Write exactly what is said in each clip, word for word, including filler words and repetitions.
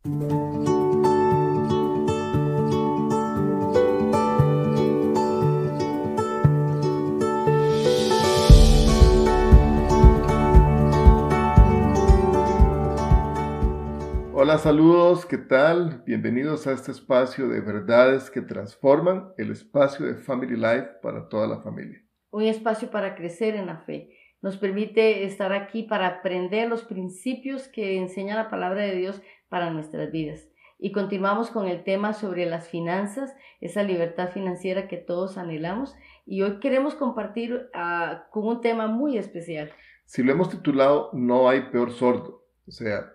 Hola, saludos, ¿qué tal? Bienvenidos a este espacio de verdades que transforman, el espacio de Family Life para toda la familia. Un espacio para crecer en la fe. Nos permite estar aquí para aprender los principios que enseña la palabra de Dios para nuestras vidas. Y continuamos con el tema sobre las finanzas, esa libertad financiera que todos anhelamos. Y hoy queremos compartir uh, con un tema muy especial. Si lo hemos titulado No hay peor sordo, o sea,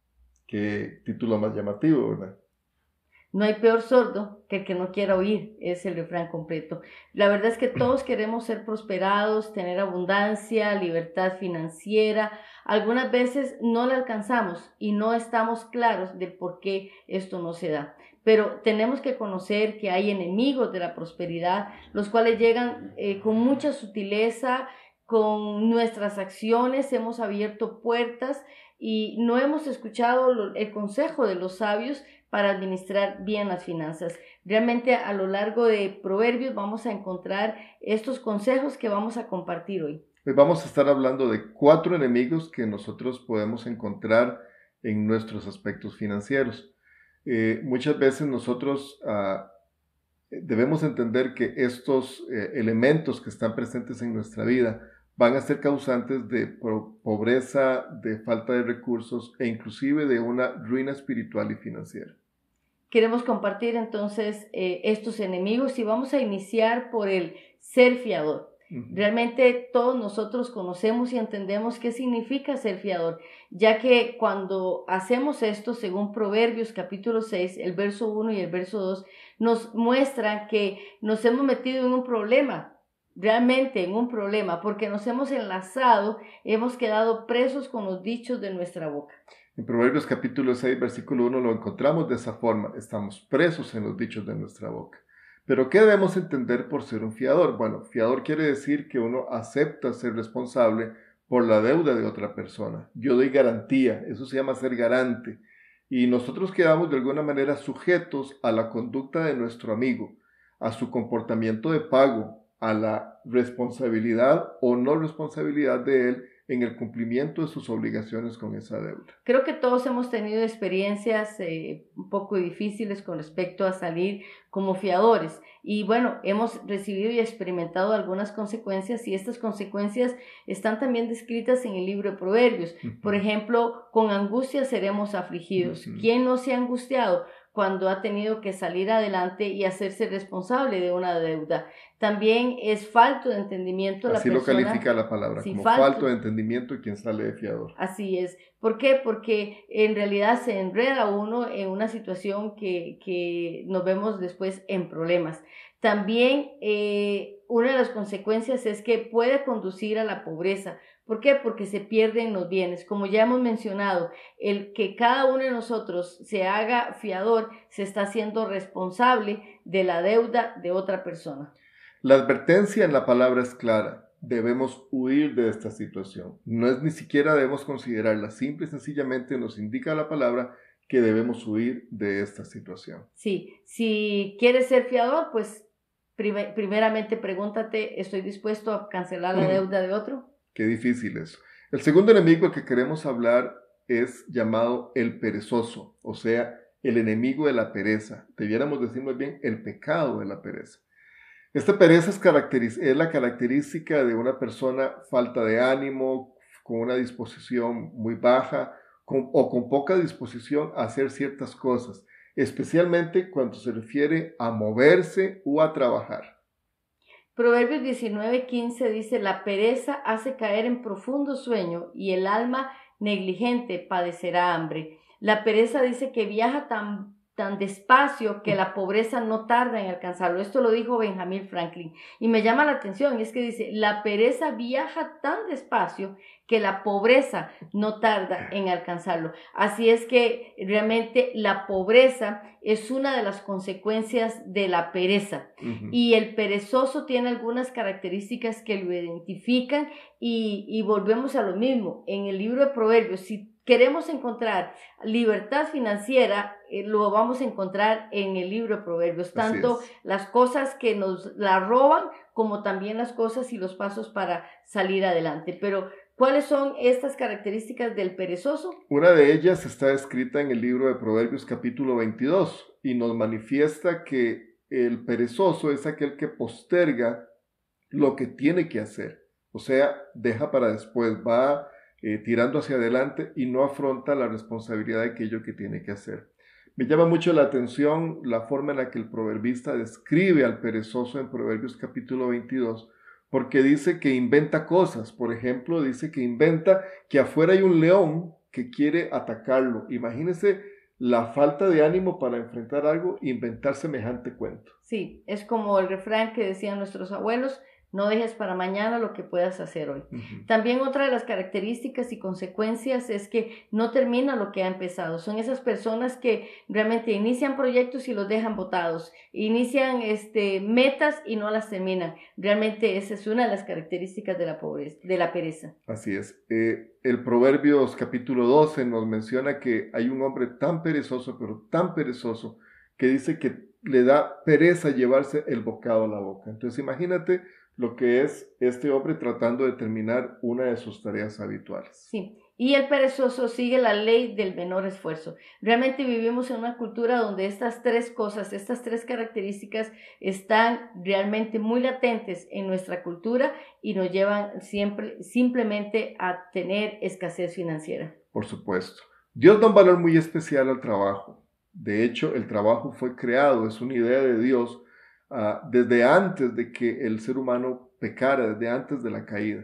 qué título más llamativo, ¿verdad? No hay peor sordo que el que no quiera oír, es el refrán completo. La verdad es que todos queremos ser prosperados, tener abundancia, libertad financiera. Algunas veces no la alcanzamos y no estamos claros de por qué esto no se da. Pero tenemos que conocer que hay enemigos de la prosperidad, los cuales llegan eh, con mucha sutileza, con nuestras acciones hemos abierto puertas y no hemos escuchado el consejo de los sabios para administrar bien las finanzas. Realmente a lo largo de Proverbios vamos a encontrar estos consejos que vamos a compartir hoy. Hoy vamos a estar hablando de cuatro enemigos que nosotros podemos encontrar en nuestros aspectos financieros. Eh, muchas veces nosotros uh, debemos entender que estos eh, elementos que están presentes en nuestra vida van a ser causantes de pobreza, de falta de recursos e inclusive de una ruina espiritual y financiera. Queremos compartir entonces eh, estos enemigos y vamos a iniciar por el ser fiador. Uh-huh. Realmente todos nosotros conocemos y entendemos qué significa ser fiador, ya que cuando hacemos esto, según Proverbios capítulo seis, el verso uno y el verso dos, nos muestran que nos hemos metido en un problema, realmente en un problema, porque nos hemos enlazado, hemos quedado presos con los dichos de nuestra boca. En Proverbios capítulo seis, versículo uno lo encontramos de esa forma: estamos presos en los dichos de nuestra boca. Pero ¿qué debemos entender por ser un fiador? Bueno, fiador quiere decir que uno acepta ser responsable por la deuda de otra persona. Yo doy garantía, eso se llama ser garante. Y nosotros quedamos de alguna manera sujetos a la conducta de nuestro amigo, a su comportamiento de pago, a la responsabilidad o no responsabilidad de él en el cumplimiento de sus obligaciones con esa deuda. Creo que todos hemos tenido experiencias eh, un poco difíciles con respecto a salir como fiadores y bueno, hemos recibido y experimentado algunas consecuencias y estas consecuencias están también descritas en el libro de Proverbios. Uh-huh. Por ejemplo, con angustia seremos afligidos. Uh-huh. ¿Quién no se ha angustiado cuando ha tenido que salir adelante y hacerse responsable de una deuda? También es falto de entendimiento. Así la persona, lo califica la palabra, sí, como falto. falto de entendimiento y quien sale de fiador. Así es. ¿Por qué? Porque en realidad se enreda uno en una situación que, que nos vemos después en problemas. También eh, una de las consecuencias es que puede conducir a la pobreza. ¿Por qué? Porque se pierden los bienes. Como ya hemos mencionado, el que cada uno de nosotros se haga fiador se está haciendo responsable de la deuda de otra persona. La advertencia en la palabra es clara. Debemos huir de esta situación. No es ni siquiera debemos considerarla. Simple y sencillamente nos indica la palabra que debemos huir de esta situación. Sí, si quieres ser fiador, pues prim- primeramente pregúntate, ¿estoy dispuesto a cancelar la deuda de otro? Qué difícil eso. El segundo enemigo que queremos hablar es llamado el perezoso, o sea, el enemigo de la pereza. Debiéramos decir más bien el pecado de la pereza. Esta pereza es, caracteriz- es la característica de una persona falta de ánimo, con una disposición muy baja con, o con poca disposición a hacer ciertas cosas, especialmente cuando se refiere a moverse o a trabajar. Proverbios diecinueve quince dice, la pereza hace caer en profundo sueño y el alma negligente padecerá hambre. La pereza dice que viaja tan tan despacio que la pobreza no tarda en alcanzarlo. Esto lo dijo Benjamin Franklin y me llama la atención, es que dice, la pereza viaja tan despacio que la pobreza no tarda en alcanzarlo. Así es que realmente la pobreza es una de las consecuencias de la pereza. Uh-huh. Y el perezoso tiene algunas características que lo identifican y, y volvemos a lo mismo. En el libro de Proverbios, si queremos encontrar libertad financiera, eh, lo vamos a encontrar en el libro de Proverbios, tanto las cosas que nos la roban como también las cosas y los pasos para salir adelante. Pero, ¿cuáles son estas características del perezoso? Una de ellas está escrita en el libro de Proverbios capítulo veintidós y nos manifiesta que el perezoso es aquel que posterga lo que tiene que hacer, o sea, deja para después, va eh, tirando hacia adelante y no afronta la responsabilidad de aquello que tiene que hacer. Me llama mucho la atención la forma en la que el proverbista describe al perezoso en Proverbios capítulo veintidós, porque dice que inventa cosas. Por ejemplo, dice que inventa que afuera hay un león que quiere atacarlo. Imagínense la falta de ánimo para enfrentar algo, inventar semejante cuento. Sí, es como el refrán que decían nuestros abuelos: no dejes para mañana lo que puedas hacer hoy. Uh-huh. También otra de las características y consecuencias es que no termina lo que ha empezado. Son esas personas que realmente inician proyectos y los dejan botados. Inician este, metas y no las terminan. Realmente esa es una de las características de la pobreza, de la pereza. Así es. Eh, el Proverbios capítulo doce nos menciona que hay un hombre tan perezoso, pero tan perezoso, que dice que le da pereza llevarse el bocado a la boca. Entonces imagínate lo que es este hombre tratando de terminar una de sus tareas habituales. Sí, y el perezoso sigue la ley del menor esfuerzo. Realmente vivimos en una cultura donde estas tres cosas, estas tres características están realmente muy latentes en nuestra cultura y nos llevan siempre simplemente a tener escasez financiera. Por supuesto. Dios da un valor muy especial al trabajo. De hecho, el trabajo fue creado, es una idea de Dios, Uh, desde antes de que el ser humano pecara, desde antes de la caída.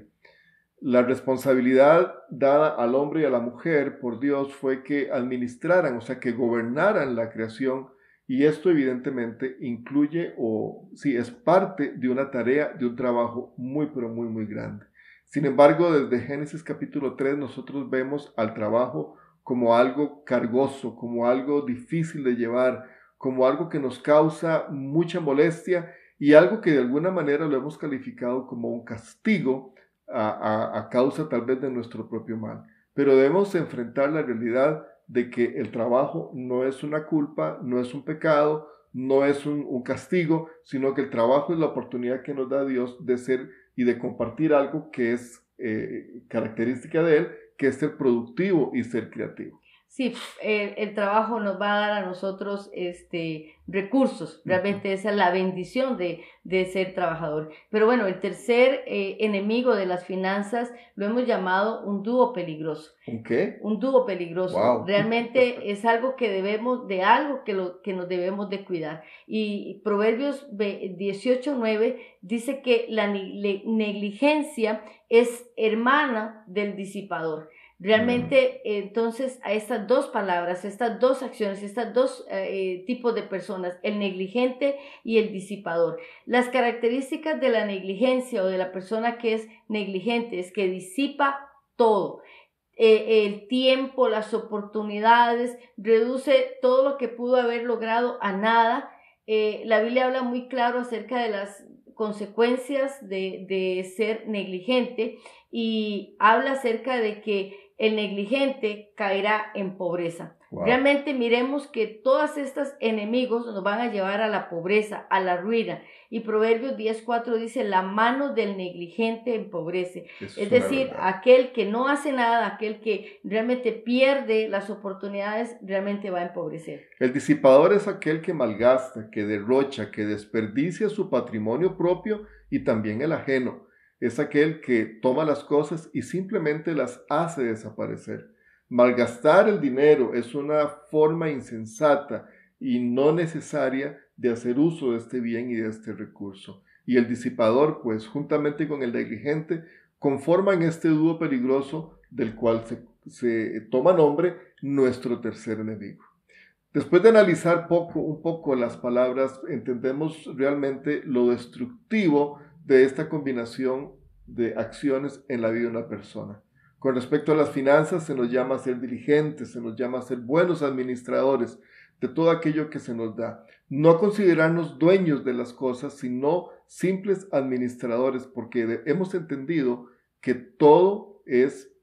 La responsabilidad dada al hombre y a la mujer por Dios fue que administraran, o sea, que gobernaran la creación, y esto evidentemente incluye, o sí, es parte de una tarea, de un trabajo muy, pero muy, muy grande. Sin embargo, desde Génesis capítulo tres nosotros vemos al trabajo como algo cargoso, como algo difícil de llevar, como algo que nos causa mucha molestia y algo que de alguna manera lo hemos calificado como un castigo a, a, a causa tal vez de nuestro propio mal. Pero debemos enfrentar la realidad de que el trabajo no es una culpa, no es un pecado, no es un, un castigo, sino que el trabajo es la oportunidad que nos da Dios de ser y de compartir algo que es eh, característica de Él, que es ser productivo y ser creativo. Sí, el, el trabajo nos va a dar a nosotros este, recursos, realmente esa es la bendición de, de ser trabajador. Pero bueno, el tercer eh, enemigo de las finanzas lo hemos llamado un dúo peligroso. ¿Un qué? Un dúo peligroso. Wow. Realmente es algo que debemos, de algo que, lo, que nos debemos de cuidar. Y Proverbios dieciocho nueve dice que la negligencia es hermana del disipador. Realmente, entonces, a estas dos palabras, estas dos acciones, estos dos eh, tipos de personas, el negligente y el disipador. Las características de la negligencia o de la persona que es negligente es que disipa todo. Eh, el tiempo, las oportunidades, reduce todo lo que pudo haber logrado a nada. Eh, la Biblia habla muy claro acerca de las consecuencias de, de ser negligente y habla acerca de que el negligente caerá en pobreza. Wow. Realmente miremos que todos estos enemigos nos van a llevar a la pobreza, a la ruina. Y Proverbios diez cuatro dice, la mano del negligente empobrece. Es, es decir, verdad. Aquel que no hace nada, aquel que realmente pierde las oportunidades, realmente va a empobrecer. El disipador es aquel que malgasta, que derrocha, que desperdicia su patrimonio propio y también el ajeno. Es aquel que toma las cosas y simplemente las hace desaparecer. Malgastar el dinero es una forma insensata y no necesaria de hacer uso de este bien y de este recurso. Y el disipador, pues, juntamente con el negligente, conforman este dúo peligroso del cual se, se toma nombre nuestro tercer enemigo. Después de analizar poco, un poco las palabras, entendemos realmente lo destructivo de esta combinación de acciones en la vida de una persona. Con respecto a las finanzas, se nos llama a ser diligentes, se nos llama a ser buenos administradores de todo aquello que se nos da. No considerarnos dueños de las cosas, sino simples administradores, porque hemos entendido que todo es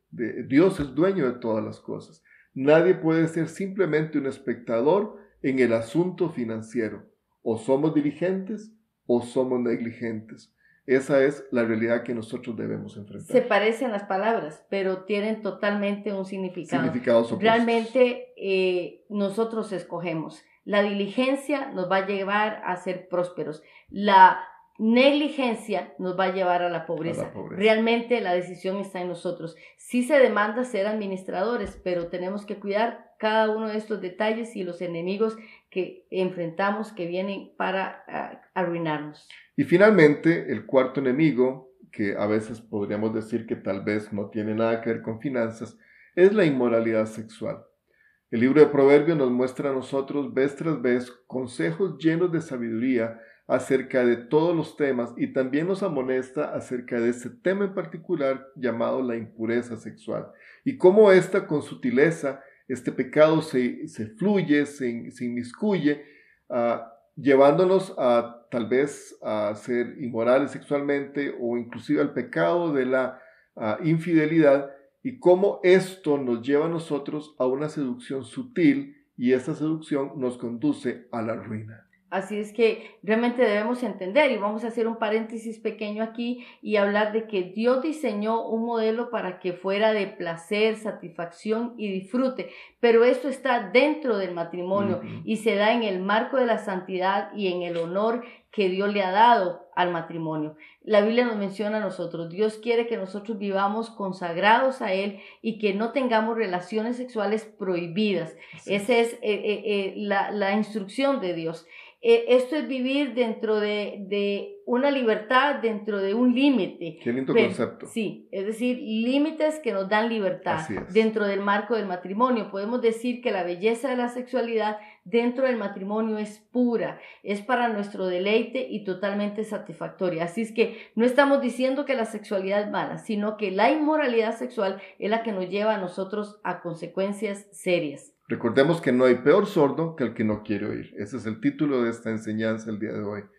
de, Dios es dueño de todas las cosas. Nadie puede ser simplemente un espectador en el asunto financiero. O somos diligentes o somos negligentes. Esa es la realidad que nosotros debemos enfrentar. Se parecen las palabras, pero tienen totalmente un significado. Significados opuestos. Realmente eh, nosotros escogemos. La diligencia nos va a llevar a ser prósperos. La negligencia nos va a llevar a la pobreza. A la pobreza. Realmente la decisión está en nosotros. Sí se demanda ser administradores, pero tenemos que cuidar cada uno de estos detalles y los enemigos que enfrentamos que vienen para uh, arruinarnos. Y finalmente, el cuarto enemigo, que a veces podríamos decir que tal vez no tiene nada que ver con finanzas, es la inmoralidad sexual. El libro de Proverbios nos muestra a nosotros vez tras vez consejos llenos de sabiduría acerca de todos los temas y también nos amonesta acerca de ese tema en particular llamado la impureza sexual y cómo esta con sutileza, este pecado se, se fluye, se, se inmiscuye, uh, llevándonos a tal vez a ser inmorales sexualmente o inclusive al pecado de la uh, infidelidad y cómo esto nos lleva a nosotros a una seducción sutil y esa seducción nos conduce a la ruina. Así es que realmente debemos entender, y vamos a hacer un paréntesis pequeño aquí y hablar de que Dios diseñó un modelo para que fuera de placer, satisfacción y disfrute, pero esto está dentro del matrimonio uh-huh. y se da en el marco de la santidad y en el honor que Dios le ha dado al matrimonio. La Biblia nos menciona a nosotros, Dios quiere que nosotros vivamos consagrados a Él y que no tengamos relaciones sexuales prohibidas. Sí. Esa es eh, eh, eh, la, la instrucción de Dios. Eh, esto es vivir dentro de, de una libertad, dentro de un límite. Qué lindo Pero, concepto. Sí, es decir, límites que nos dan libertad dentro del marco del matrimonio. Podemos decir que la belleza de la sexualidad dentro del matrimonio es pura, es para nuestro deleite y totalmente satisfactoria. Así es que no estamos diciendo que la sexualidad es mala, sino que la inmoralidad sexual es la que nos lleva a nosotros a consecuencias serias. Recordemos que no hay peor sordo que el que no quiere oír. Ese es el título de esta enseñanza el día de hoy.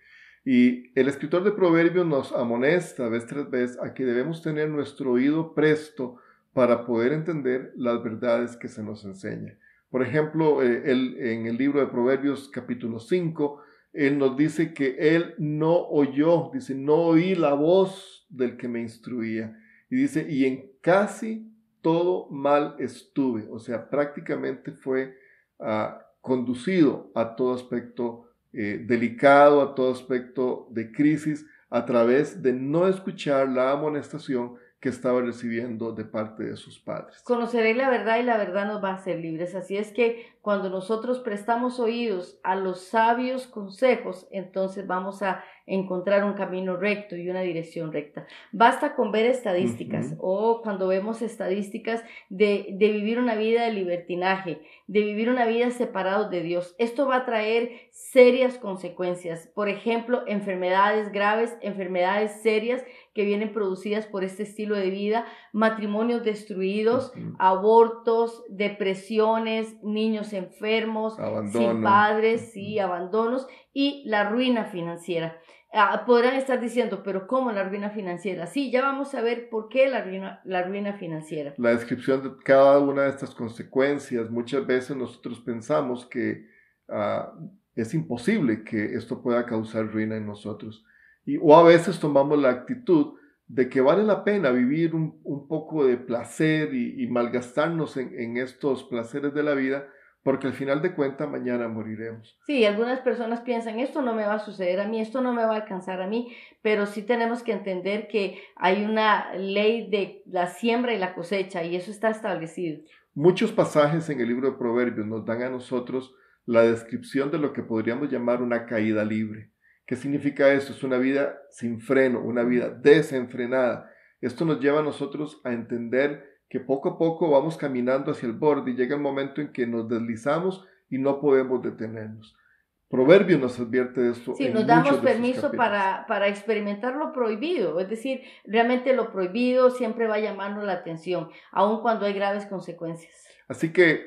Y el escritor de Proverbios nos amonesta vez tras vez a que debemos tener nuestro oído presto para poder entender las verdades que se nos enseña. Por ejemplo, eh, él, en el libro de Proverbios capítulo cinco, él nos dice que él no oyó, dice, no oí la voz del que me instruía. Y dice, y en casi todo mal estuve, o sea, prácticamente fue uh, conducido a todo aspecto eh, delicado, a todo aspecto de crisis, a través de no escuchar la amonestación que estaba recibiendo de parte de sus padres. Conoceréis la verdad y la verdad nos va a hacer libres. Así es que cuando nosotros prestamos oídos a los sabios consejos, entonces vamos a encontrar un camino recto y una dirección recta. Basta con ver estadísticas uh-huh. o cuando vemos estadísticas de, de vivir una vida de libertinaje, de vivir una vida separados de Dios. Esto va a traer serias consecuencias. Por ejemplo, enfermedades graves, enfermedades serias que vienen producidas por este estilo de vida, matrimonios destruidos, uh-huh. abortos, depresiones, niños enfermos, abandono. sin padres, sí, abandonos y la ruina financiera. Ah, podrán estar diciendo, pero ¿cómo la ruina financiera? Sí, ya vamos a ver por qué la ruina, la ruina financiera. La descripción de cada una de estas consecuencias, muchas veces nosotros pensamos que uh, es imposible que esto pueda causar ruina en nosotros. Y, o a veces tomamos la actitud de que vale la pena vivir un, un poco de placer y, y malgastarnos en, en estos placeres de la vida, porque al final de cuentas mañana moriremos. Sí, algunas personas piensan, esto no me va a suceder a mí, esto no me va a alcanzar a mí, pero sí tenemos que entender que hay una ley de la siembra y la cosecha, y eso está establecido. Muchos pasajes en el libro de Proverbios nos dan a nosotros la descripción de lo que podríamos llamar una caída libre. ¿Qué significa eso? Es una vida sin freno, una vida desenfrenada. Esto nos lleva a nosotros a entender que poco a poco vamos caminando hacia el borde y llega el momento en que nos deslizamos y no podemos detenernos. Proverbios nos advierte de esto. Sí, en nos damos muchos de permiso para, para experimentar lo prohibido, es decir, realmente lo prohibido siempre va llamando la atención, aun cuando hay graves consecuencias. Así que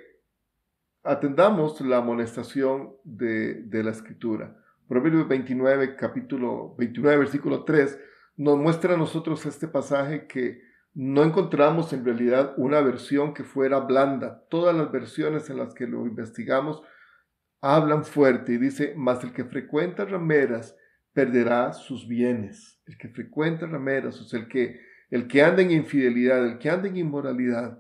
atendamos la amonestación de, de la Escritura. Proverbios veintinueve, capítulo veintinueve, versículo tres, nos muestra a nosotros este pasaje que no encontramos en realidad una versión que fuera blanda. Todas las versiones en las que lo investigamos hablan fuerte y dice, mas el que frecuenta rameras perderá sus bienes. El que frecuenta rameras, o sea, el que, el que anda en infidelidad, el que anda en inmoralidad,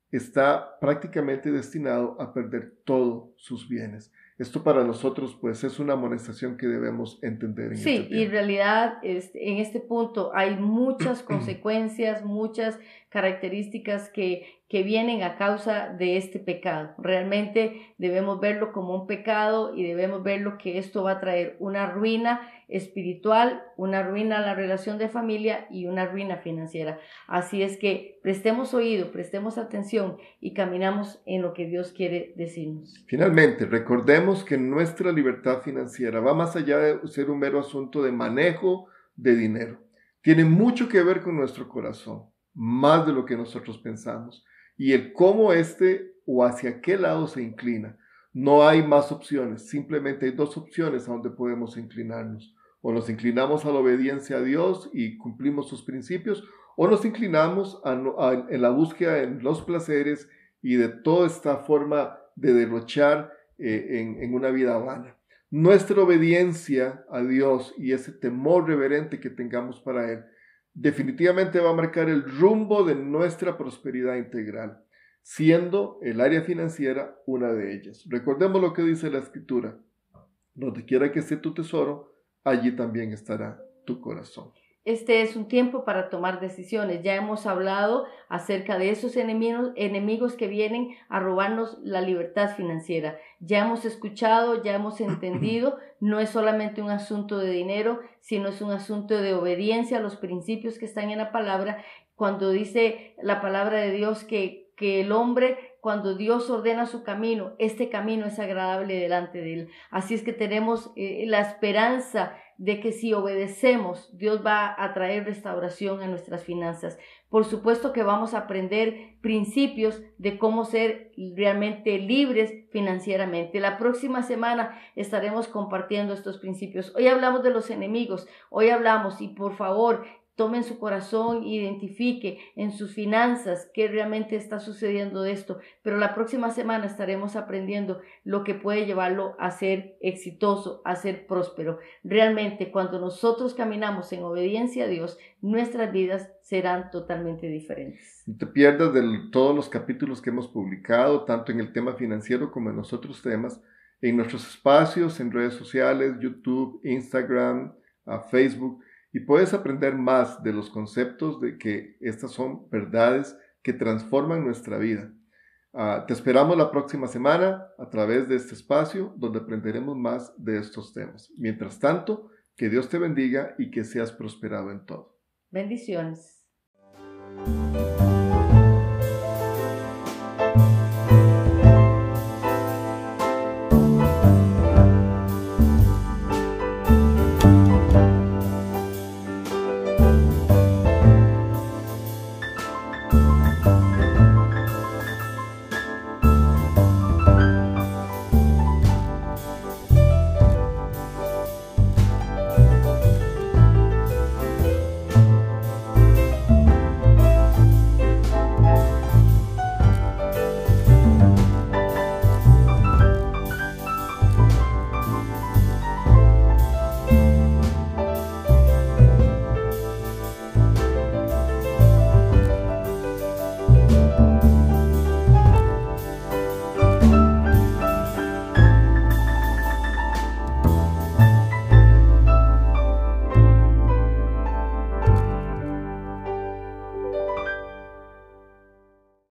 está prácticamente destinado a perder todos sus bienes. Esto para nosotros pues es una amonestación que debemos entender en Sí, este y en tiempo. realidad este, en este punto hay muchas consecuencias, muchas características que, que vienen a causa de este pecado. Realmente debemos verlo como un pecado y debemos verlo que esto va a traer una ruina espiritual, una ruina a la relación de familia y una ruina financiera. Así es que prestemos oído, prestemos atención y caminamos en lo que Dios quiere decirnos. Finalmente, recordemos que nuestra libertad financiera va más allá de ser un mero asunto de manejo de dinero. Tiene mucho que ver con nuestro corazón, más de lo que nosotros pensamos, y el cómo este o hacia qué lado se inclina. No hay más opciones, simplemente hay dos opciones a donde podemos inclinarnos. O nos inclinamos a la obediencia a Dios y cumplimos sus principios, o nos inclinamos a, a, en la búsqueda de los placeres y de toda esta forma de derrochar eh, en, en una vida vana. Nuestra obediencia a Dios y ese temor reverente que tengamos para Él definitivamente va a marcar el rumbo de nuestra prosperidad integral, siendo el área financiera una de ellas. Recordemos lo que dice la Escritura: donde quiera que esté tu tesoro, allí también estará tu corazón. Este es un tiempo para tomar decisiones. Ya hemos hablado acerca de esos enemigos, enemigos que vienen a robarnos la libertad financiera. Ya hemos escuchado, ya hemos entendido, no es solamente un asunto de dinero, sino es un asunto de obediencia a los principios que están en la palabra. Cuando dice la palabra de Dios que, que el hombre, cuando Dios ordena su camino, este camino es agradable delante de él. Así es que tenemos eh, la esperanza de que si obedecemos, Dios va a traer restauración a nuestras finanzas. Por supuesto que vamos a aprender principios de cómo ser realmente libres financieramente. La próxima semana estaremos compartiendo estos principios. Hoy hablamos de los enemigos, hoy hablamos, y por favor, tome en su corazón, identifique en sus finanzas qué realmente está sucediendo de esto, pero la próxima semana estaremos aprendiendo lo que puede llevarlo a ser exitoso, a ser próspero. Realmente, cuando nosotros caminamos en obediencia a Dios, nuestras vidas serán totalmente diferentes. No te pierdas de todos los capítulos que hemos publicado, tanto en el tema financiero como en los otros temas, en nuestros espacios, en redes sociales, YouTube, Instagram, uh, Facebook, y puedes aprender más de los conceptos de que estas son verdades que transforman nuestra vida. Uh, te esperamos la próxima semana a través de este espacio donde aprenderemos más de estos temas. Mientras tanto, que Dios te bendiga y que seas prosperado en todo. Bendiciones.